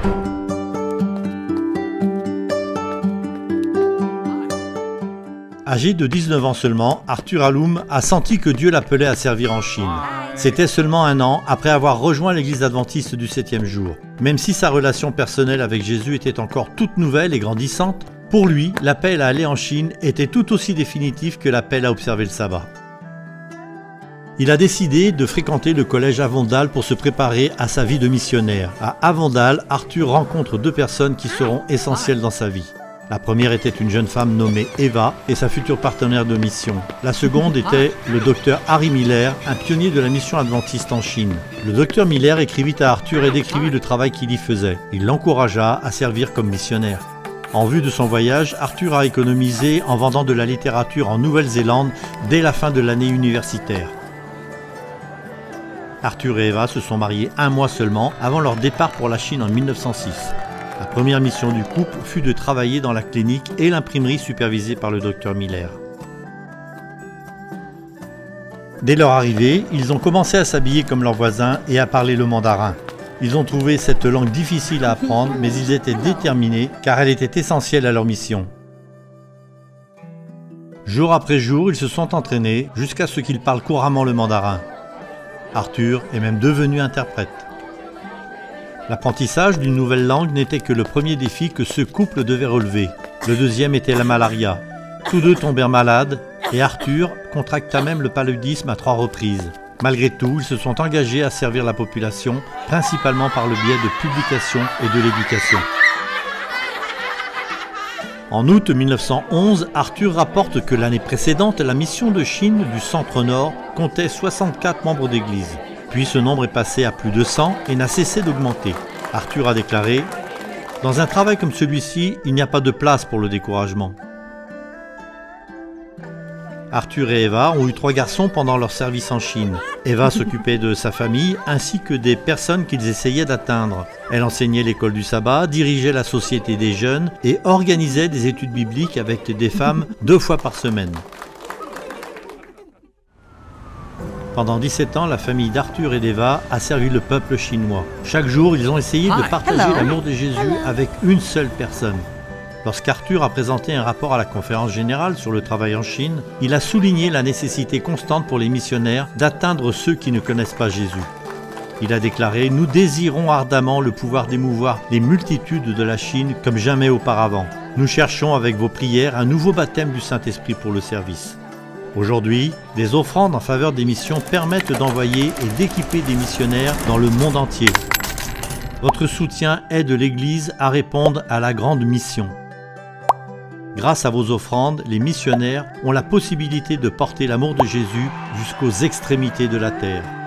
Âgé de 19 ans seulement, Arthur Allum a senti que Dieu l'appelait à servir en Chine. C'était seulement un an après avoir rejoint l'église adventiste du 7e jour. Même si sa relation personnelle avec Jésus était encore toute nouvelle et grandissante, pour lui, l'appel à aller en Chine était tout aussi définitif que l'appel à observer le sabbat. Il a décidé de fréquenter le collège Avondale pour se préparer à sa vie de missionnaire. À Avondale, Arthur rencontre deux personnes qui seront essentielles dans sa vie. La première était une jeune femme nommée Eva et sa future partenaire de mission. La seconde était le docteur Harry Miller, un pionnier de la mission adventiste en Chine. Le docteur Miller écrivit à Arthur et décrivit le travail qu'il y faisait. Il l'encouragea à servir comme missionnaire. En vue de son voyage, Arthur a économisé en vendant de la littérature en Nouvelle-Zélande dès la fin de l'année universitaire. Arthur et Eva se sont mariés un mois seulement avant leur départ pour la Chine en 1906. La première mission du couple fut de travailler dans la clinique et l'imprimerie supervisée par le docteur Miller. Dès leur arrivée, ils ont commencé à s'habiller comme leurs voisins et à parler le mandarin. Ils ont trouvé cette langue difficile à apprendre, mais ils étaient déterminés car elle était essentielle à leur mission. Jour après jour, ils se sont entraînés jusqu'à ce qu'ils parlent couramment le mandarin. Arthur est même devenu interprète. L'apprentissage d'une nouvelle langue n'était que le premier défi que ce couple devait relever. Le deuxième était la malaria. Tous deux tombèrent malades et Arthur contracta même le paludisme à 3 reprises. Malgré tout, ils se sont engagés à servir la population, principalement par le biais de publications et de l'éducation. En août 1911, Arthur rapporte que l'année précédente, la mission de Chine du Centre-Nord comptait 64 membres d'église. Puis ce nombre est passé à plus de 100 et n'a cessé d'augmenter. Arthur a déclaré « Dans un travail comme celui-ci, il n'y a pas de place pour le découragement. » Arthur et Eva ont eu 3 garçons pendant leur service en Chine. Eva s'occupait de sa famille ainsi que des personnes qu'ils essayaient d'atteindre. Elle enseignait l'école du sabbat, dirigeait la société des jeunes et organisait des études bibliques avec des femmes 2 fois par semaine. Pendant 17 ans, la famille d'Arthur et d'Eva a servi le peuple chinois. Chaque jour, ils ont essayé de partager l'amour de Jésus avec une seule personne. Lorsqu'Arthur a présenté un rapport à la conférence générale sur le travail en Chine, il a souligné la nécessité constante pour les missionnaires d'atteindre ceux qui ne connaissent pas Jésus. Il a déclaré « Nous désirons ardemment le pouvoir d'émouvoir les multitudes de la Chine comme jamais auparavant. Nous cherchons avec vos prières un nouveau baptême du Saint-Esprit pour le service. » Aujourd'hui, des offrandes en faveur des missions permettent d'envoyer et d'équiper des missionnaires dans le monde entier. Votre soutien aide l'Église à répondre à la grande mission. Grâce à vos offrandes, les missionnaires ont la possibilité de porter l'amour de Jésus jusqu'aux extrémités de la terre.